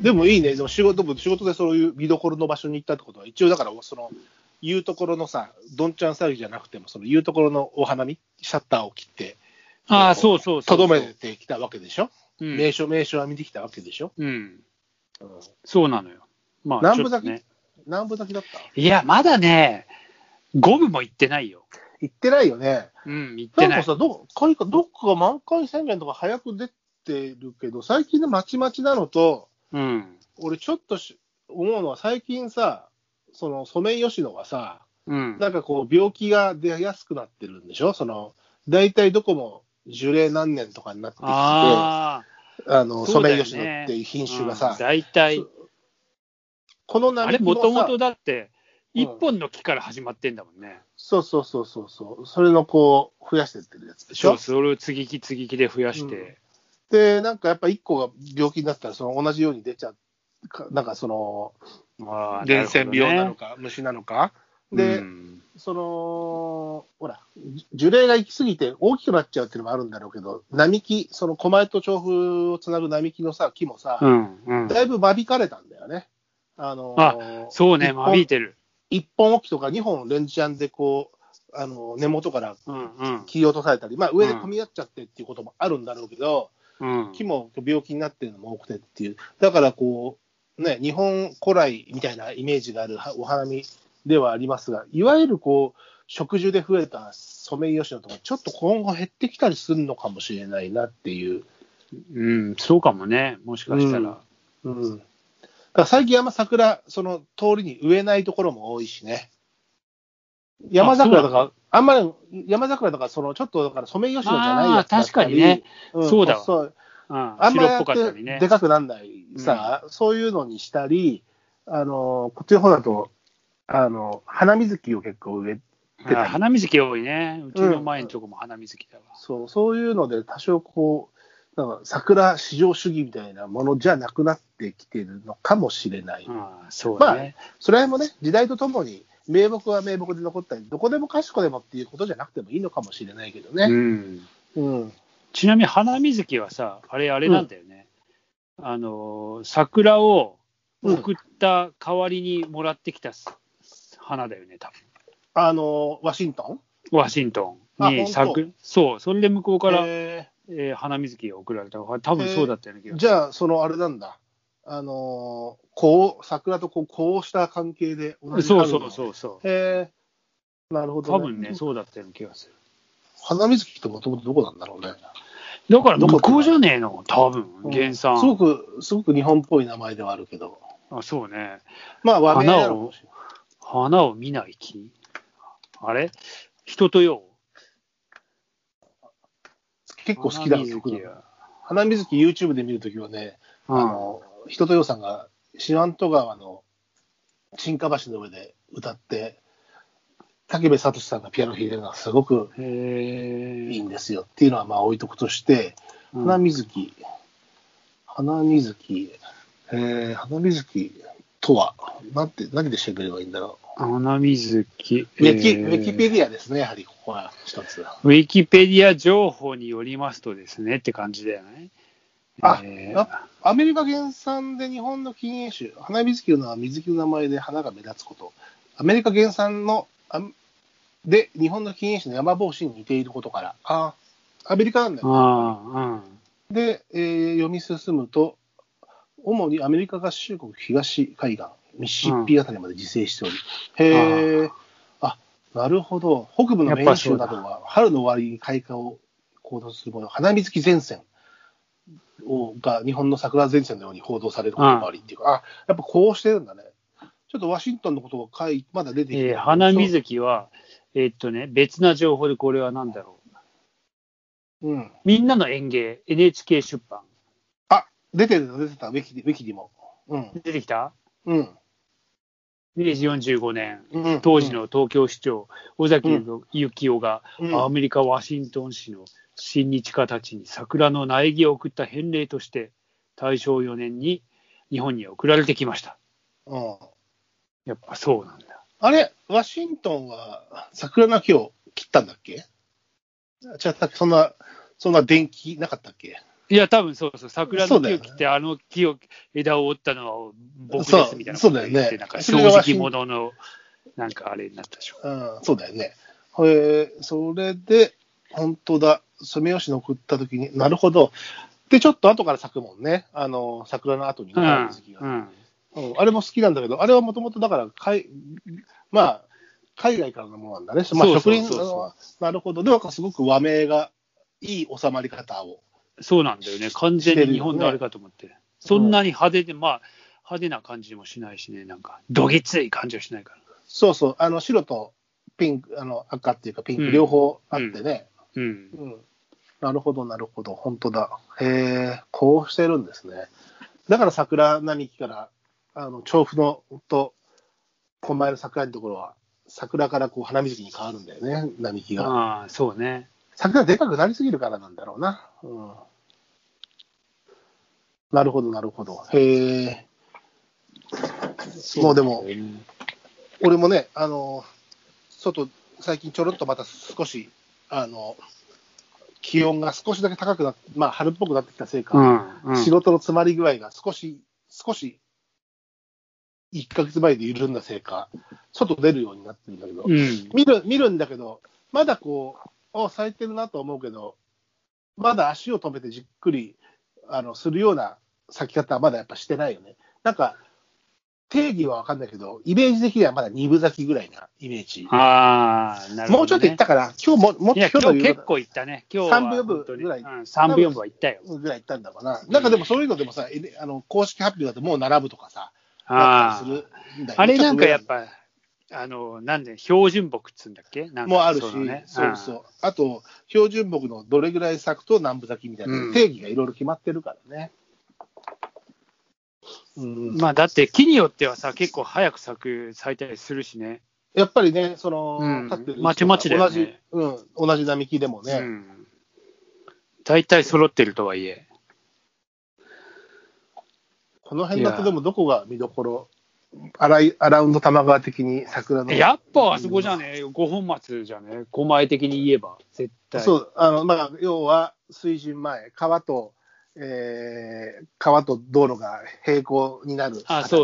でもいいね。でも仕事でそういう見どころの場所に行ったってことは、一応だから、言うところのさ、どんちゃん騒ぎじゃなくても、言うところのお花見、シャッターを切って、 そうそう。 とどめてきたわけでしょ。 うん、 名所は見てきたわけでしょ。 うん。そうなのよ。まあ、 南部だけだった？ いや、まだね、5分も行ってないよ。 行ってないよね。 うん、行ってない。 なんかさ、どっかが満開宣言とか早く出てるけど、最近のまちまちなのと、 うん。 俺ちょっと思うのは、最近さ、ソメイヨシノがさ、 うん。 なんか病気が出やすくなってるんでしょ。大体どこも樹齢何年とかになってきてて、ソメイヨシノっていう品種がさ、 大体、 この並木もさ、 あれもともとだって、一本の木から始まってんだもんね。 そう。それの増やしてってるやつでしょ。 それを継ぎ木で増やして。 で、なんかやっぱ一個が病気になったら、同じように出ちゃう。なんか伝染病なのか、虫なのか。で、ほら、樹齢が行き過ぎて大きくなっちゃうっていうのもあるんだろうけど、並木、狛江と調布をつなぐ並木のさ、木もさ、だいぶ間引かれたんだよね。 そうね、間引いてる。 1本置きとか2本連チャンで根元から切り落とされたり、まあ上で混み合っちゃってっていうこともあるんだろうけど、木も病気になってるのも多くてっていう。だから日本古来みたいなイメージがあるお花見ではありますが、いわゆる植樹で増えたソメイヨシノとか、ちょっと今後減ってきたりするのかもしれないなっていう。 そうかもね、もしかしたら。 だから最近桜、通りに植えないところも多いしね。山桜とか、あんまり山桜とか、ちょっとだからソメイヨシノじゃないやつだったり、 確かにね、そうだわ。 あんまりやってでかくなんないさ、そういうのにしたり、こっちの方だと、花水木を結構植えてたり。 花水木多いね。うちの前のとこも花水木だわ。 そういうので、多少なんか桜至上主義みたいなものじゃなくなってきてるのかもしれない。 そうだね。 まあ、それもね、時代とともに、名木は名木で残ったり、どこでもかしこでもっていうことじゃなくてもいいのかもしれないけどね。 ちなみに花水木はさ、あれなんだよね。桜を送った代わりにもらってきた花だよね、多分。ワシントンにそう、それで向こうから、花水木が送られた。多分そうだったよね。 じゃあ、あれなんだ。桜とこうした関係で同じ。 そう。 なるほど、ね。 多分ね、そうだったような気がする。 花水木ってもともとどこなんだろうね。 だから向こうじゃねえの、多分、原産。 すごく日本っぽい名前ではあるけど。 そうね。 まあ、和名だろう。 花を見ない木。あれ人とよ結構好きだ曲。花水木 YouTube で見るときはね、人とよさんが四万十川の沈下橋の上で歌って、武部聡さんがピアノ弾いてるのがすごくいいんですよっていうのはまあ置いとくとして、花水木とは何で調べればいいんだろう。 花水木。 ウィキペディアですね、やはりここは一つ。 ウィキペディア情報によりますとですねって感じだよね。 アメリカ原産で日本の近縁種、花水木の水木の名前で花が目立つこと、アメリカ原産ので日本の近縁種の山帽子に似ていることから、アメリカなんだよね。で、読み進むと、主にアメリカ合衆国東海岸、ミシシッピあたりまで自生しており、なるほど。北部のメイン州などは春の終わりに開花を行動するもの、花水木前線が日本の桜前線のように報道されることもありっていうか、やっぱこうしてるんだね。ちょっとワシントンのことがまだ出てきて、 花水木は、別な情報でこれは何だろう。みんなの園芸、NHK 出版。 出てた、ウィキにも。 出てきた？ 明治45年、当時の東京市長、尾崎幸夫が、アメリカ・ワシントン市の親日家たちに桜の苗木を送った返礼として、大正4年に日本に送られてきました。やっぱそうなんだ。 あれ、ワシントンは桜の木を切ったんだっけ？じゃあ、そんな電気なかったっけ？ いや、多分そうそう、桜の木を切って、あの枝を折ったのは僕ですみたいなことを言って、なんか正直者の、なんかあれになったでしょ。 そうだよね。それで、本当だ、ソメイヨシノ送ったときに、なるほど。で、ちょっと後から咲くもんね。桜の後にね、時期が。あれも好きなんだけど、あれはもともとだから、まあ、海外からのものなんだね。まあ、植林なるほど。でも、すごく和名がいい収まり方を。 そうなんだよね。完全に日本のあれかと思って。そんなに派手で、まあ、派手な感じもしないしね、なんか、どぎつい感じはしないから。 そうそう、白とピンク、赤っていうかピンク両方あってね。なるほど、なるほど。本当だ。こうしてるんですね。だから桜並木から、調布のと、狛江の桜のところは、桜からこう花水木に変わるんだよね、並木が。 ああ、そうね。 桜でかくなりすぎるからなんだろうな。なるほど、なるほど。もうでも、俺もね、外、最近ちょろっとまた少し、気温が少しだけ高くなって、まあ、春っぽくなってきたせいか、仕事の詰まり具合が少し、1ヶ月前で緩んだせいか、外出るようになってるんだけど、見るんだけど、まだこう、咲いてるなと思うけど、まだ足を止めてじっくり、するような咲き方はまだやっぱしてないよね。なんか、定義は分かんないけど、イメージ的にはまだ2分咲きぐらいなイメージ。 ああ、なるほど、ね。 もうちょっといったから、今日も今日結構いったね。今日は 3分ぐらい。 3分4分はいったよ。 ぐらいいったんだろうな。なんかでもそういうのでもさ、公式発表だともう並ぶとかさ、 あれなんかやっぱ、なんで、標準木っつうんだっけなんかもあるし、そうそう。あと、標準木のどれぐらい咲くと南部咲きみたいな定義がいろいろ決まってるからね。 まあだって木によってはさ、結構早く咲いたりするしね。 やっぱりね、立ってるまちまちだよね。 同じ並木でもね。 大体揃ってるとはいえ。 この辺だとでもどこが見どころ、アラウンド玉川的に桜の。 やっぱあそこじゃね、五本松じゃね、狛江的に言えば、絶対。 そう、要は水準前、川と道路が平行になる、ね。 そう。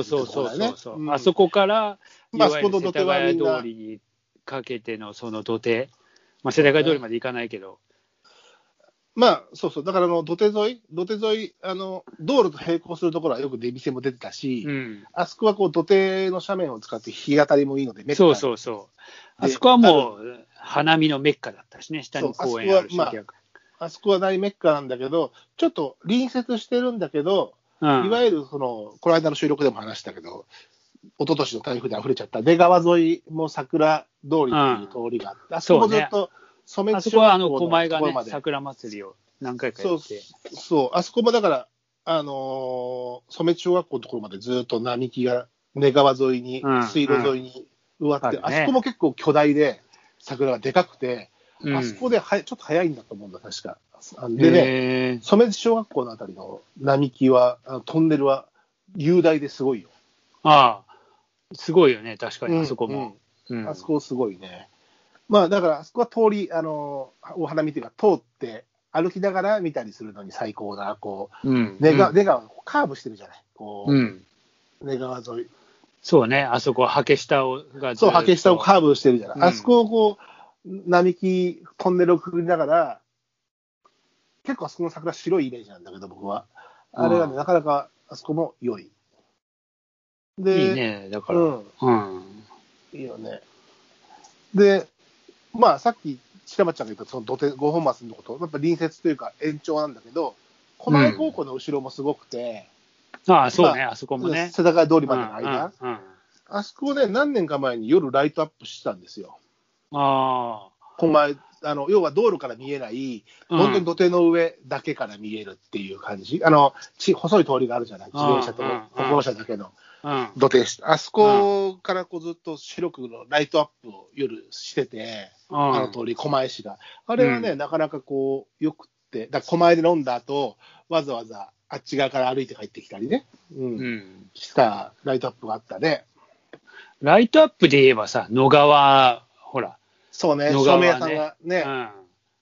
あそこから、いわゆる世田谷通りにかけてのその土手、まあ、世田谷通りまで行かないけど。 まあ、そう。だから土手沿い、道路と並行するところはよく出店も出てたし、あそこはこう土手の斜面を使って日当たりもいいので、 そう。あそこはもう花見のメッカだったしね、下に公園あるし。 あそこは大メッカなんだけど、ちょっと隣接してるんだけど、いわゆるこの間の収録でも話したけど、一昨年の台風で溢れちゃった出川沿いも桜通りっていう通りがあって、あそこもずっと染めあそこは狛江がね、桜祭りを何回かやって。 そう、あそこもだから、染小学校のところまでずっと並木が出川沿いに、水路沿いに植わって、あそこも結構巨大で、桜がでかくて、あそこでちょっと早いんだと思うんだ、確か。でね、染小学校のあたりの並木は、トンネルは雄大ですごいよ。 すごいよね、確かに、あそこも。 あそこすごいね。まあ、だから、あそこは通り、お花見というか、通って、歩きながら見たりするのに最高な、こう、出川、カーブしてるじゃない。こう、出川沿い。 そうね、あそこ、竹下がそう、竹下をカーブしてるじゃない。あそこをこう、並木、トンネルをくぐりながら、結構あそこの桜白いイメージなんだけど、僕は。あれがね、なかなかあそこも良い。 で、いいね、だから。 いいよね。で、まあ、さっき、白松ちゃんが言ったその五本松のこと、やっぱ隣接というか延長なんだけど、狛江高校の後ろもすごくて、 そうね、あそこもね。 世田谷通りまでの間。あそこね、何年か前に夜ライトアップしてたんですよ。狛江、要は道路から見えない、本当に土手の上だけから見えるっていう感じ。細い通りがあるじゃない、自転車と歩行者だけの土手。あそこからこうずっと白くのライトアップを夜してて、あの通り、狛江市が。あれはね、なかなかこう、よくって、狛江で飲んだ後、わざわざあっち側から歩いて帰ってきたりね、したライトアップがあったね。 ライトアップで言えばさ、野川、ほら。 そうね、照明屋さんがね。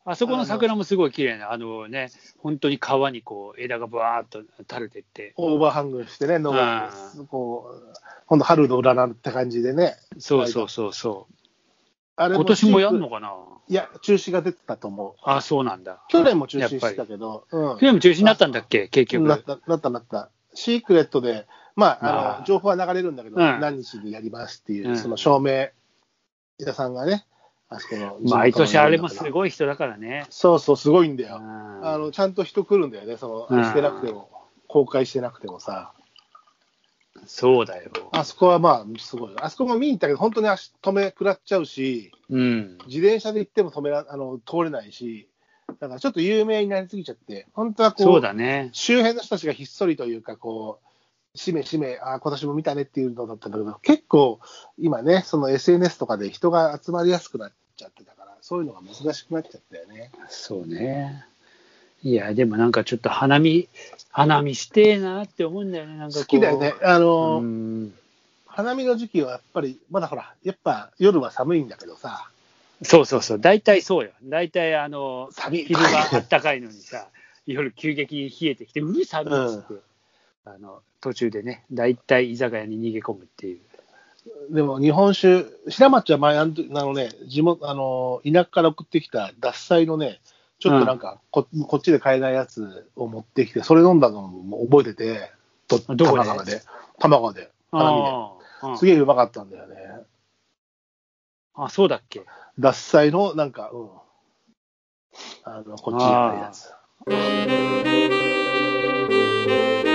あそこの桜もすごい綺麗な、本当に川にこう枝がぶわーっと垂れてって。 オーバーハングしてね、登って、こう、ほんと春の占って感じでね。 そうそうそうそう。あれ今年もやるのかな。 いや、中止が出てたと思う。 あ、そうなんだ。 去年も中止してたけど。 去年も中止になったんだっけ、結局。 なった。シークレットで、情報は流れるんだけど、何日にやりますっていう、その証明、井田さんがね、あそこの。 毎年あれもすごい人だからね。 そうそう、すごいんだよ。ちゃんと人来るんだよね、してなくても、公開してなくてもさ。 そうだよ。 あそこはすごい。あそこも見に行ったけど、本当に止め食らっちゃうし、自転車で行っても通れないし、だからちょっと有名になりすぎちゃって、本当はこう、 そうだね、 周辺の人たちがひっそりというか、こう、しめ、今年も見たねっていうのだったんだけど、結構今ね、その SNS とかで人が集まりやすくなっちゃってたから、そういうのが難しくなっちゃったよね。 そうね。いや、でもなんかちょっと花見してえなって思うんだよね、なんかこう。 好きだよね。花見の時期はやっぱり、まだほら、やっぱ夜は寒いんだけどさ。 そうそうそう、大体そうよ。大体寒い昼間あったかいのにさ、夜急激に冷えてきて、寒いっつって、途中でね、大体居酒屋に逃げ込むっていう。 でも日本酒、白松は前、地元、田舎から送ってきた獺祭のね、ちょっとなんかこっちで買えないやつを持ってきて、それ飲んだのも覚えてて、玉川で、花見で。すげえうまかったんだよね。 あ、そうだっけ。 獺祭のなんか、こっちじゃないやつ。